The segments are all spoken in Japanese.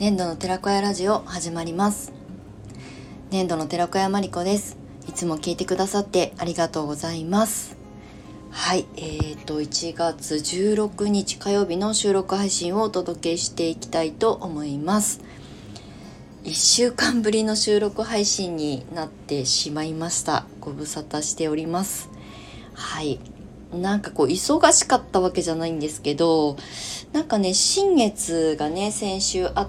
年度の寺子屋ラジオ始まります。年度の寺子屋まりこです。いつも聞いてくださってありがとうございます。はい、1月16日火曜日の収録配信をお届けしていきたいと思います。1週間ぶりの収録配信になってしまいました。ご無沙汰しております。はい、なんか忙しかったわけじゃないんですけど、なんかね、新月がね先週あって、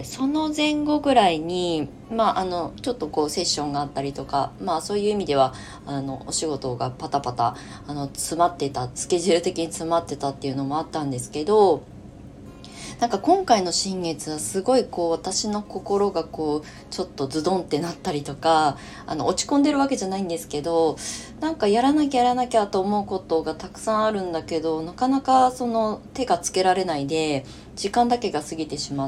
その前後ぐらいにちょっとセッションがあったりとか、そういう意味ではお仕事がパタパタ詰まってた、スケジュール的に詰まってたっていうのもあったんですけど、なんか今回の新月はすごい私の心がちょっとズドンってなったりとか、落ち込んでるわけじゃないんですけど、なんかやらなきゃと思うことがたくさんあるんだけど、なかなかその手がつけられないで時間だけが過ぎてしまって、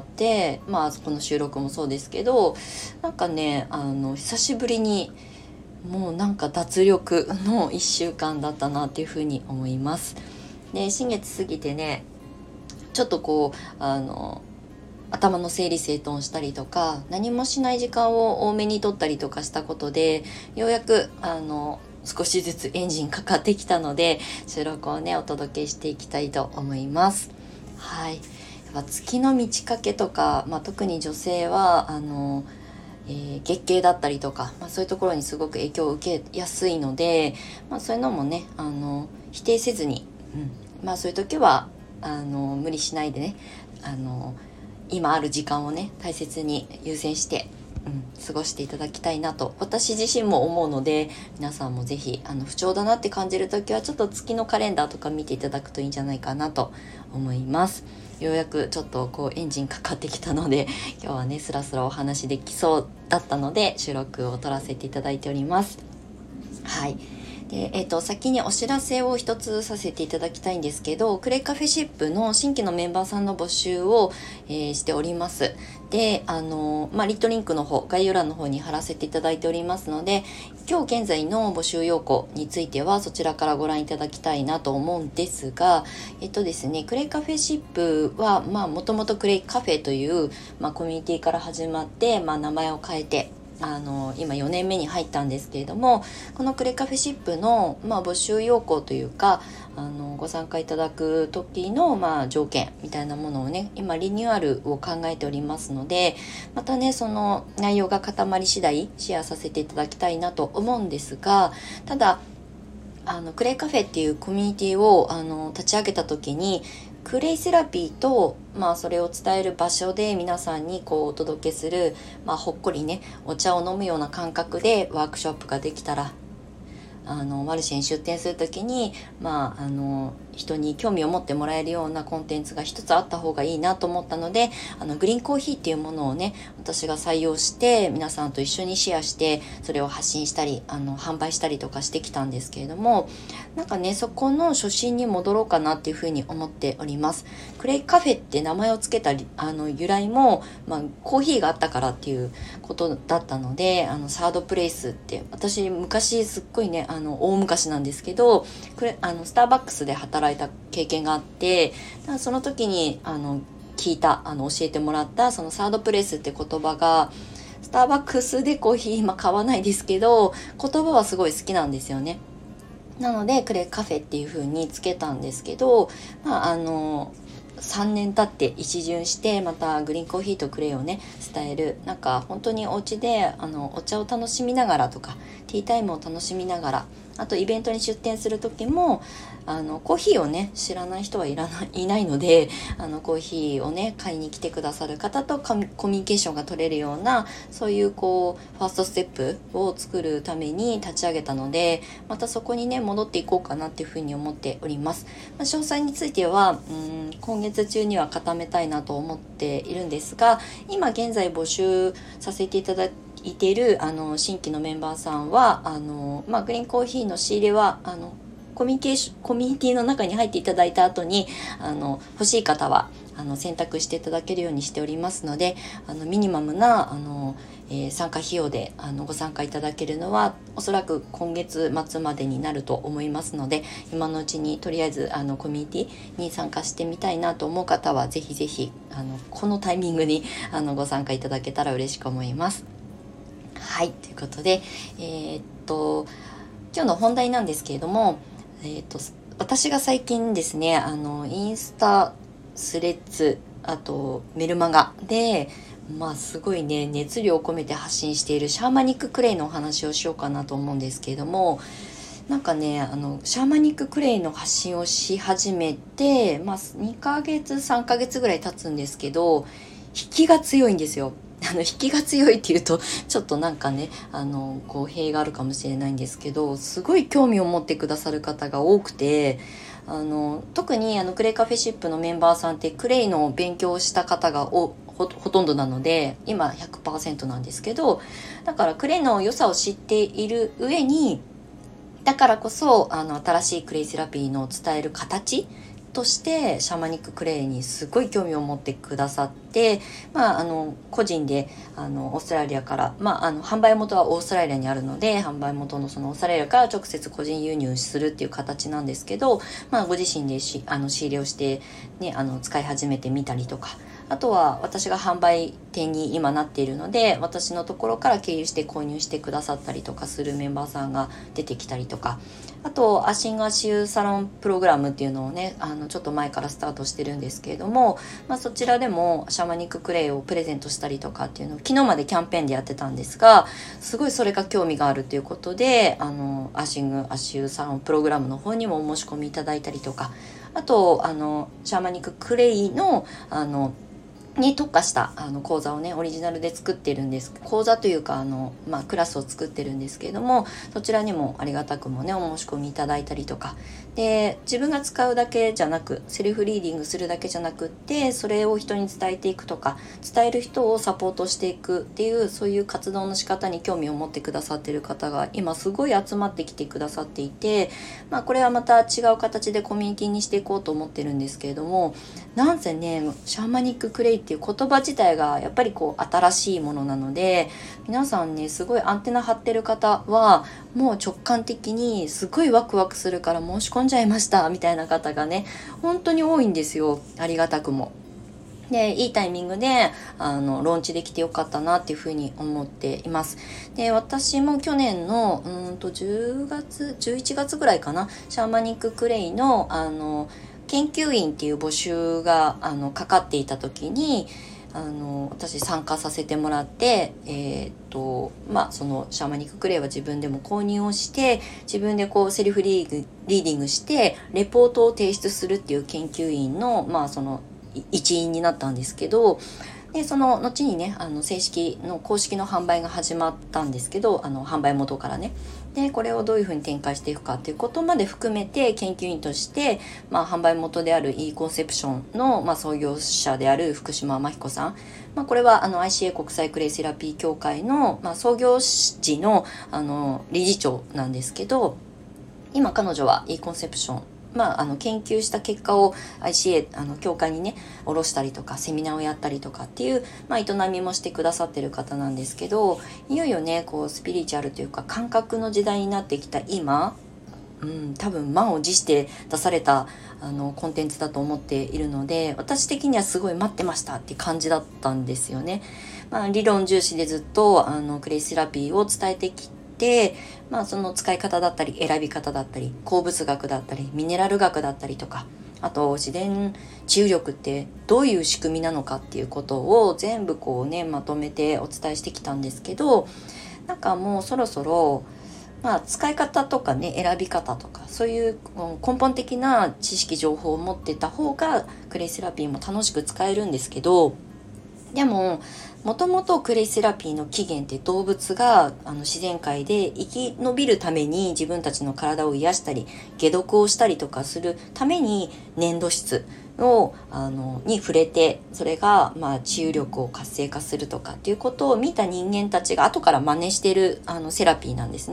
この収録もそうですけど、なんかね久しぶりにもうなんか脱力の1週間だったなっていうふうに思います。で、新月過ぎてね、ちょっと頭の整理整頓したりとか、何もしない時間を多めに取ったりとかしたことで、ようやく少しずつエンジンかかってきたので、収録をねお届けしていきたいと思います。はい、月の満ち欠けとか、特に女性は月経だったりとか、そういうところにすごく影響を受けやすいので、そういうのもね否定せずに、そういう時は無理しないでね、今ある時間をね大切に優先して、過ごしていただきたいなと私自身も思うので、皆さんもぜひ不調だなって感じる時はちょっと月のカレンダーとか見ていただくといいんじゃないかなと思います。ようやくちょっとエンジンかかってきたので、今日はねスラスラお話できそうだったので収録を撮らせていただいております。はい。で、先にお知らせを一つさせていただきたいんですけど、クレイカフェシップの新規のメンバーさんの募集を、しております。で、リットリンクの方、概要欄の方に貼らせていただいておりますので、今日現在の募集要項についてはそちらからご覧いただきたいなと思うんですが、ですね、クレイカフェシップはもともとクレイカフェという、コミュニティから始まって、名前を変えて今4年目に入ったんですけれども、このクレカフェシップの、募集要項というかご参加いただく時の、条件みたいなものをね、今リニューアルを考えておりますので、またねその内容が固まり次第シェアさせていただきたいなと思うんですが、ただクレイカフェっていうコミュニティを立ち上げた時に、クレイセラピーと、それを伝える場所で皆さんにお届けする、ほっこりねお茶を飲むような感覚でワークショップができたら、マルシェに出店するときに、人に興味を持ってもらえるようなコンテンツが一つあった方がいいなと思ったので、グリーンコーヒーっていうものをね私が採用して皆さんと一緒にシェアして、それを発信したり販売したりとかしてきたんですけれども、なんかねそこの初心に戻ろうかなっていうふうに思っております。クレイカフェって名前をつけた由来も、コーヒーがあったからっていうことだったので、サードプレイスって私昔すっごいね大昔なんですけど、スターバックスで働いた経験があって、その時に聞いた教えてもらったそのサードプレイスって言葉が、スターバックスでコーヒー今買わないですけど言葉はすごい好きなんですよね。なのでクレイカフェっていう風につけたんですけど、3年経って一巡して、またグリーンコーヒーとクレイをね伝える、なんか本当にお家でお茶を楽しみながらとか、ティータイムを楽しみながら、あとイベントに出店する時もコーヒーをね知らない人はいないので、コーヒーをね買いに来てくださる方とコミュニケーションが取れるような、そういうファーストステップを作るために立ち上げたので、またそこにね戻っていこうかなっていうふうに思っております。詳細については今月中には固めたいなと思っているんですが、今現在募集させていただいている新規のメンバーさんはグリーンコーヒーの仕入れはコミュニティの中に入っていただいた後に欲しい方は選択していただけるようにしておりますので、ミニマムな参加費用でご参加いただけるのはおそらく今月末までになると思いますので、今のうちにとりあえずコミュニティに参加してみたいなと思う方はぜひぜひこのタイミングにご参加いただけたら嬉しく思います。はい、ということで今日の本題なんですけれども、私が最近ですねインスタ、スレッズ、あとメルマガですごいね熱量を込めて発信しているシャーマニッククレイのお話をしようかなと思うんですけれども、なんかねシャーマニッククレイの発信をし始めて、2ヶ月3ヶ月ぐらい経つんですけど、引きが強いんですよ。引きが強いっていうとちょっとなんかね語弊があるかもしれないんですけど、すごい興味を持ってくださる方が多くて、特にクレイカフェシップのメンバーさんってクレイの勉強をした方がほとんどなので、今 100% なんですけど、だからクレイの良さを知っている上に、だからこそ新しいクレイセラピーの伝える形としてシャーマニッククレイにすごい興味を持ってくださって、個人でオーストラリアから、販売元はオーストラリアにあるので、販売元のそのオーストラリアから直接個人輸入するっていう形なんですけど、ご自身で仕入れをして、ね、使い始めてみたりとか、あとは私が販売店に今なっているので、私のところから経由して購入してくださったりとかするメンバーさんが出てきたりとか、あとアシングアシューサロンプログラムっていうのをねちょっと前からスタートしてるんですけれども、そちらでもシャーマニッククレイをプレゼントしたりとかっていうのを昨日までキャンペーンでやってたんですが、すごいそれが興味があるということでアシングアシューサロンプログラムの方にもお申し込みいただいたりとか、あとシャーマニッククレイのに特化した講座をねオリジナルで作ってるんです。講座というかクラスを作ってるんですけれども、そちらにもありがたくもねお申し込みいただいたりとかで、自分が使うだけじゃなく、セルフリーディングするだけじゃなくって、それを人に伝えていくとか、伝える人をサポートしていくっていう、そういう活動の仕方に興味を持ってくださってる方が今すごい集まってきてくださっていて、これはまた違う形でコミュニティにしていこうと思ってるんですけれども、なんせねシャーマニッククレイっていう言葉自体がやっぱり新しいものなので、皆さんねすごいアンテナ張ってる方はもう直感的にすごいワクワクするから申し込んじゃいましたみたいな方がね本当に多いんですよ。ありがたくも。でいいタイミングでローンチできてよかったなっていうふうに思っています。で私も去年の10月11月ぐらいかな、シャーマニッククレイの研究員っていう募集がかかっていた時に私参加させてもらって、そのシャーマニッククレイは自分でも購入をして、自分でセルフリーディングしてレポートを提出するっていう研究員のその一員になったんですけど、でその後にね正式の公式の販売が始まったんですけど、販売元からね、でこれをどういうふうに展開していくかっていうことまで含めて研究員として、販売元である e コンセプションの、創業者である福島真彦さん、これはICA 国際クレイセラピー協会の、創業時の理事長なんですけど、今彼女は e コンセプション研究した結果を ICA 協会にね下ろしたりとかセミナーをやったりとかっていう、営みもしてくださってる方なんですけど、いよいよねスピリチュアルというか感覚の時代になってきた今、多分満を持して出されたコンテンツだと思っているので、私的にはすごい待ってましたって感じだったんですよね。理論重視でずっとクレイセラピーを伝えてきて、その使い方だったり選び方だったり鉱物学だったりミネラル学だったりとか、あと自然治癒力ってどういう仕組みなのかっていうことを全部まとめてお伝えしてきたんですけど、なんかもうそろそろ使い方とかね選び方とかそういう根本的な知識情報を持ってた方がクレイセラピーも楽しく使えるんですけど、でももともとクレイセラピーの起源って動物が自然界で生き延びるために自分たちの体を癒したり解毒をしたりとかするために粘土質をに触れて、それが治癒力を活性化するとかっていうことを見た人間たちが後から真似しているセラピーなんですね。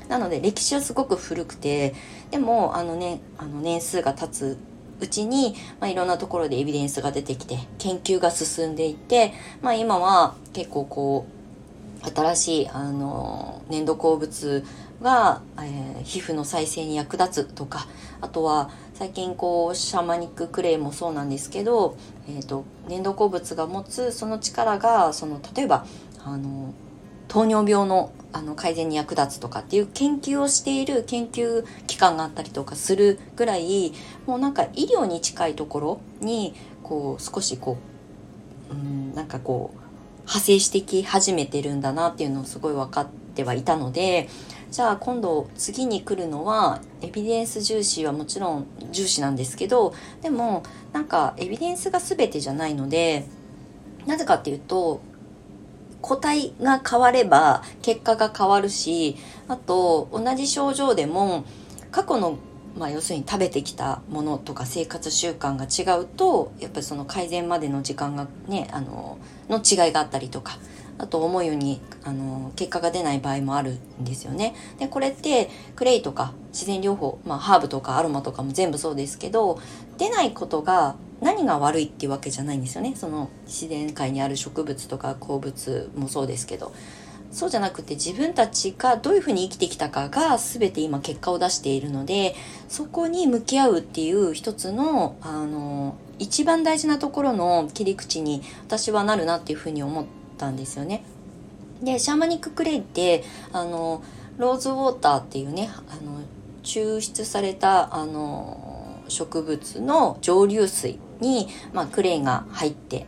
なので歴史はすごく古くて、でも年数が経つうちに、いろんなところでエビデンスが出てきて研究が進んでいて、今は結構こう新しい粘土鉱物が、皮膚の再生に役立つとか、あとは最近こうシャーマニッククレイもそうなんですけど、粘土鉱物が持つその力が例えば糖尿病の改善に役立つとかっていう研究をしている研究機関があったりとかするぐらい、もうなんか医療に近いところにこう少しこう、なんかこう派生してき始めてるんだなっていうのをすごい分かってはいたので、じゃあ今度次に来るのはエビデンス重視はもちろん重視なんですけど、でもなんかエビデンスが全てじゃないので、なぜかっていうと個体が変われば結果が変わるし、あと同じ症状でも過去の要するに食べてきたものとか生活習慣が違うと、やっぱりその改善までの時間がねの違いがあったりとか、あと思うように結果が出ない場合もあるんですよね。でこれってクレイとか自然療法、ハーブとかアロマとかも全部そうですけど、出ないことが何が悪いっていうわけじゃないんですよね。その自然界にある植物とか鉱物もそうですけど、そうじゃなくて自分たちがどういうふうに生きてきたかが全て今結果を出しているので、そこに向き合うっていう一つの一番大事なところの切り口に私はなるなっていうふうに思ったんですよね。でシャーマニッククレイってローズウォーターっていうね抽出された植物の蒸留水に、クレイが入って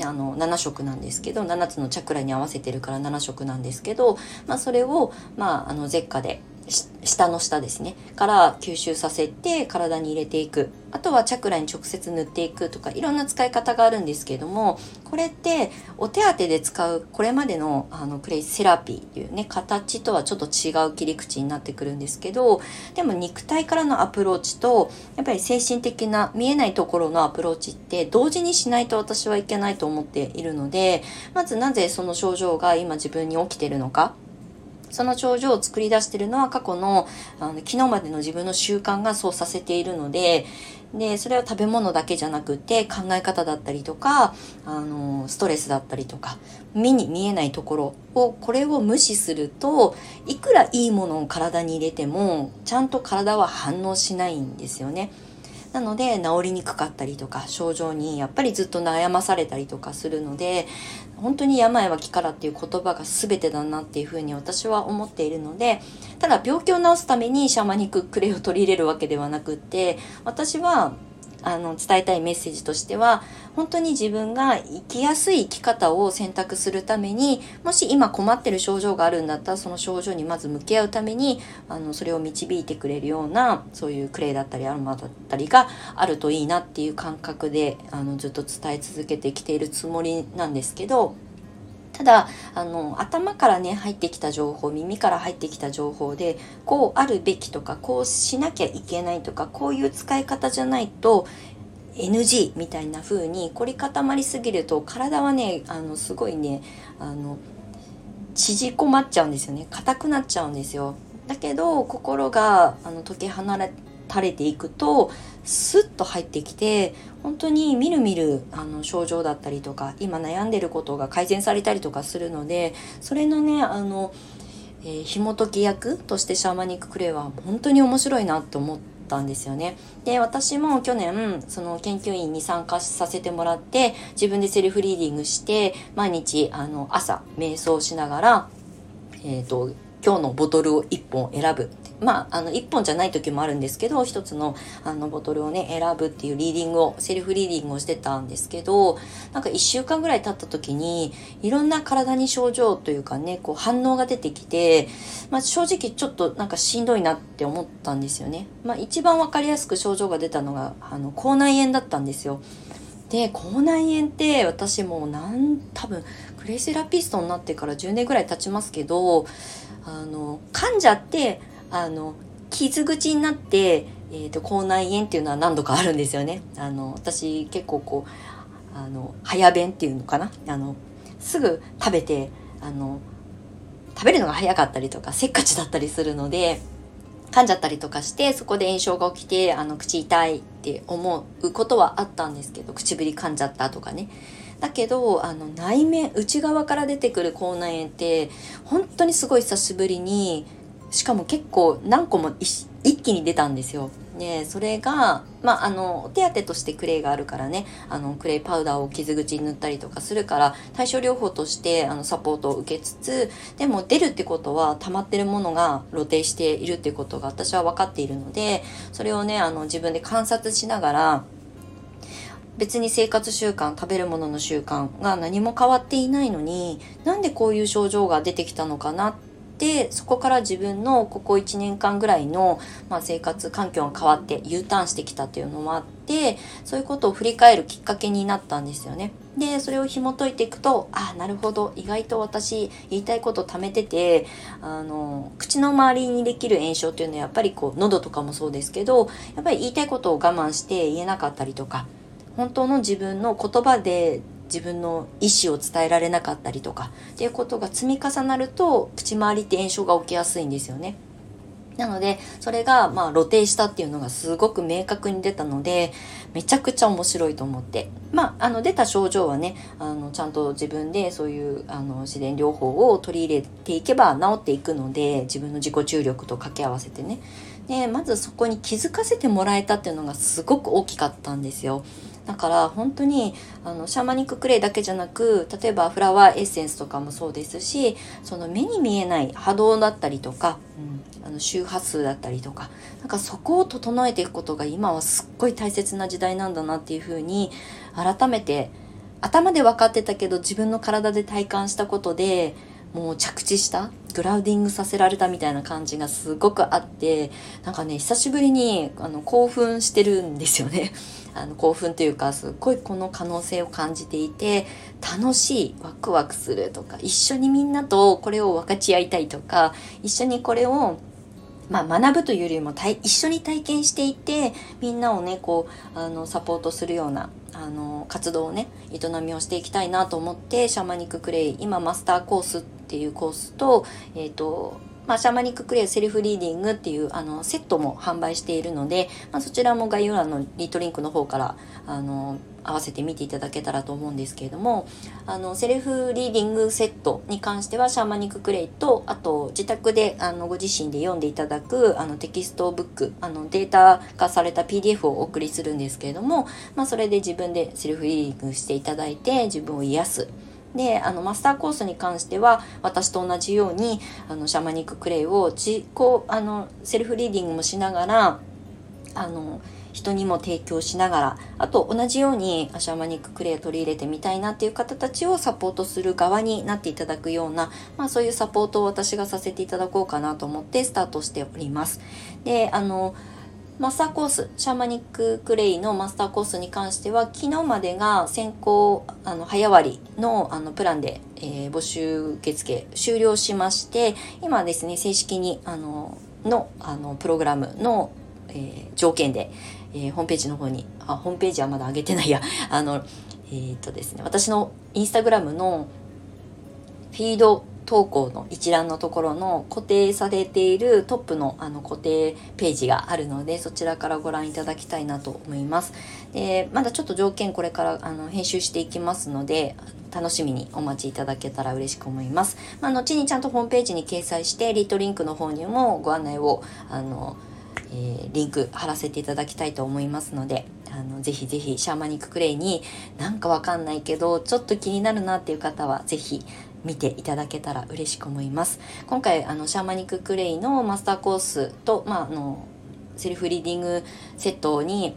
7色なんですけど、7つのチャクラに合わせてるから7色なんですけど、それを、ゼッカで下の下ですねから吸収させて体に入れていく、あとはチャクラに直接塗っていくとか、いろんな使い方があるんですけれども、これってお手当で使うこれまでのクレイセラピーっていうね形とはちょっと違う切り口になってくるんですけど、でも肉体からのアプローチとやっぱり精神的な見えないところのアプローチって同時にしないと私はいけないと思っているので、まずなぜその症状が今自分に起きているのか、その症状を作り出しているのは過去の昨日までの自分の習慣がそうさせているので、それは食べ物だけじゃなくて考え方だったりとかストレスだったりとか、目に見えないところをこれを無視すると、いくらいいものを体に入れてもちゃんと体は反応しないんですよね。なので治りにくかったりとか、症状にやっぱりずっと悩まされたりとかするので、本当に病は気からっていう言葉が全てだなっていうふうに私は思っているので、ただ病気を治すためにシャーマニッククレイを取り入れるわけではなくって、私は伝えたいメッセージとしては、本当に自分が生きやすい生き方を選択するために、もし今困ってる症状があるんだったら、その症状にまず向き合うためにそれを導いてくれるようなそういうクレイだったりアロマだったりがあるといいなっていう感覚でずっと伝え続けてきているつもりなんですけど、ただ頭からね入ってきた情報、耳から入ってきた情報でこうあるべきとか、こうしなきゃいけないとか、こういう使い方じゃないと NG みたいな風に凝り固まりすぎると、体はねすごいね縮こまっちゃうんですよね。硬くなっちゃうんですよ。だけど心が解き放たれていくとスッと入ってきて、本当にみるみる症状だったりとか今悩んでることが改善されたりとかするので、それのね紐解き役としてシャーマニッククレイは本当に面白いなと思ったんですよね。で私も去年その研究員に参加させてもらって、自分でセルフリーディングして毎日朝瞑想しながら今日のボトルを1本選ぶ。1本じゃない時もあるんですけど、1つのボトルをね選ぶっていうリーディングを、セルフリーディングをしてたんですけど、なんか1週間ぐらい経った時にいろんな体に症状というかねこう反応が出てきて、正直ちょっとなんかしんどいなって思ったんですよね。一番わかりやすく症状が出たのが口内炎だったんですよ。で口内炎って私も多分クレイセラピストになってから10年ぐらい経ちますけど、噛んじゃって傷口になって、口内炎っていうのは何度かあるんですよね。私結構こう早便っていうのかな、すぐ食べて食べるのが早かったりとかせっかちだったりするので、噛んじゃったりとかして、そこで炎症が起きて口痛いって思うことはあったんですけど、唇噛んじゃったとかね。だけど内面、内側から出てくる口内炎って本当にすごい久しぶりに、しかも結構何個も一気に出たんですよ。でそれが、お手当としてクレイがあるからね、クレイパウダーを傷口に塗ったりとかするから、対症療法としてサポートを受けつつ、でも出るってことは溜まってるものが露呈しているってことが私は分かっているので、それをね自分で観察しながら、別に生活習慣、食べるものの習慣が何も変わっていないのに、なんでこういう症状が出てきたのかなって、そこから自分のここ1年間ぐらいの、生活環境が変わって U ターンしてきたっていうのもあって、そういうことを振り返るきっかけになったんですよね。でそれを紐解いていくと、なるほど、意外と私言いたいこと溜めてて、口の周りにできる炎症っていうのはやっぱり喉とかもそうですけど、やっぱり言いたいことを我慢して言えなかったりとか、本当の自分の言葉で自分の意思を伝えられなかったりとかっていうことが積み重なると、口周りって炎症が起きやすいんですよね。なのでそれが露呈したっていうのがすごく明確に出たので、めちゃくちゃ面白いと思って、出た症状はねちゃんと自分でそういう自然療法を取り入れていけば治っていくので、自分の自己注力と掛け合わせてね。でまずそこに気づかせてもらえたっていうのがすごく大きかったんですよ。だから本当にシャーマニッククレイだけじゃなく、例えばフラワーエッセンスとかもそうですし、その目に見えない波動だったりとか、周波数だったりとか、そこを整えていくことが今はすっごい大切な時代なんだなっていうふうに改めて、頭で分かってたけど自分の体で体感したことで、もう着地した、グラウディングさせられたみたいな感じがすごくあって、久しぶりに興奮してるんですよね。興奮というか、すっごいこの可能性を感じていて、楽しい、ワクワクするとか、一緒にみんなとこれを分かち合いたいとか、一緒にこれを学ぶというよりも一緒に体験していて、みんなをねサポートするような活動をね、営みをしていきたいなと思って、シャーマニッククレイ、今マスターコースっていうコースと、シャーマニッククレイセルフリーディングっていうセットも販売しているので、そちらも概要欄のリートリンクの方から合わせて見ていただけたらと思うんですけれども、セルフリーディングセットに関してはシャーマニッククレイと、あと自宅でご自身で読んでいただくテキストブック、データ化された PDF をお送りするんですけれども、それで自分でセルフリーディングしていただいて自分を癒す。でマスターコースに関しては私と同じようにシャーマニッククレイをセルフリーディングもしながら人にも提供しながら、あと同じようにシャーマニッククレイを取り入れてみたいなっていう方たちをサポートする側になっていただくような、そういうサポートを私がさせていただこうかなと思ってスタートしております。でマスターコース、シャーマニッククレイのマスターコースに関しては、昨日までが先行早割のプランで、募集受付終了しまして、今ですね正式にプログラムの、条件で、ホームページの方にホームページはまだ上げてないやですね、私のインスタグラムのフィード投稿の一覧のところの固定されているトップの固定ページがあるので、そちらからご覧いただきたいなと思います。でまだちょっと条件これから編集していきますので、楽しみにお待ちいただけたら嬉しく思います。後にちゃんとホームページに掲載してリートリンクの方にもご案内をリンク貼らせていただきたいと思いますので、ぜひぜひシャーマニッククレイになんかわかんないけどちょっと気になるなっていう方はぜひ見ていただけたら嬉しく思います。今回シャーマニッククレイのマスターコースと、セルフリーディングセットに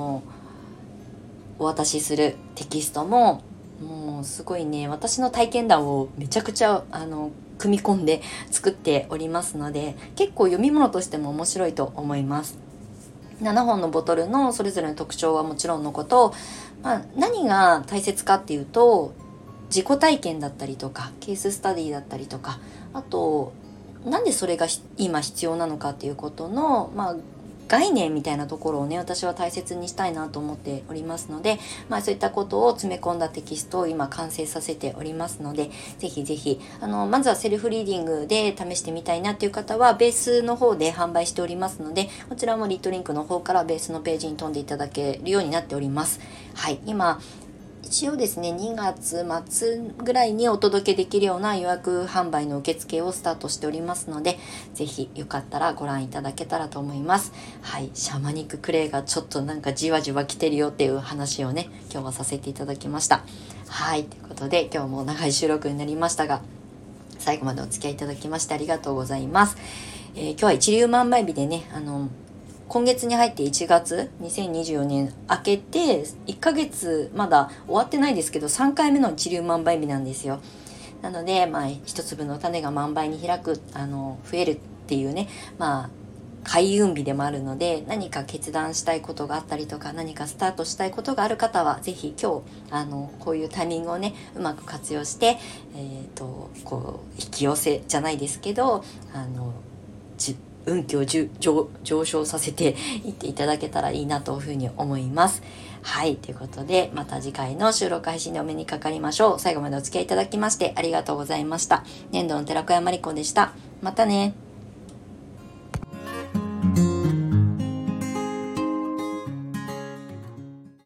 お渡しするテキストももうすごいね、私の体験談をめちゃくちゃ組み込んで作っておりますので、結構読み物としても面白いと思います。7本のボトルのそれぞれの特徴はもちろんのこと、何が大切かっていうと、自己体験だったりとかケーススタディだったりとか、あとなんでそれが今必要なのかっていうことの、 概念みたいなところをね、私は大切にしたいなと思っておりますので、そういったことを詰め込んだテキストを今完成させておりますので、ぜひぜひまずはセルフリーディングで試してみたいなっていう方はベースの方で販売しておりますので、こちらもリットリンクの方からベースのページに飛んでいただけるようになっております。はい、今一応ですね、2月末ぐらいにお届けできるような予約販売の受付をスタートしておりますので、ぜひよかったらご覧いただけたらと思います。はい、シャマニッククレイがちょっとなんかじわじわ来てるよっていう話をね、今日はさせていただきました。はい、ということで今日も長い収録になりましたが、最後までお付き合いいただきましてありがとうございます。今日は一粒万倍日でね、今月に入って1月2024年明けて1ヶ月まだ終わってないですけど、3回目の一粒万倍日なんですよ。なので一粒の種が万倍に開く、増えるっていうね、開運日でもあるので、何か決断したいことがあったりとか、何かスタートしたいことがある方はぜひ今日こういうタイミングをねうまく活用して、こう引き寄せじゃないですけど、運気を上昇させていっていただけたらいいなというふうに思います。はい、ということでまた次回の収録配信でお目にかかりましょう。最後までお付き合いいただきましてありがとうございました。粘土の寺子屋まりこでした。またね。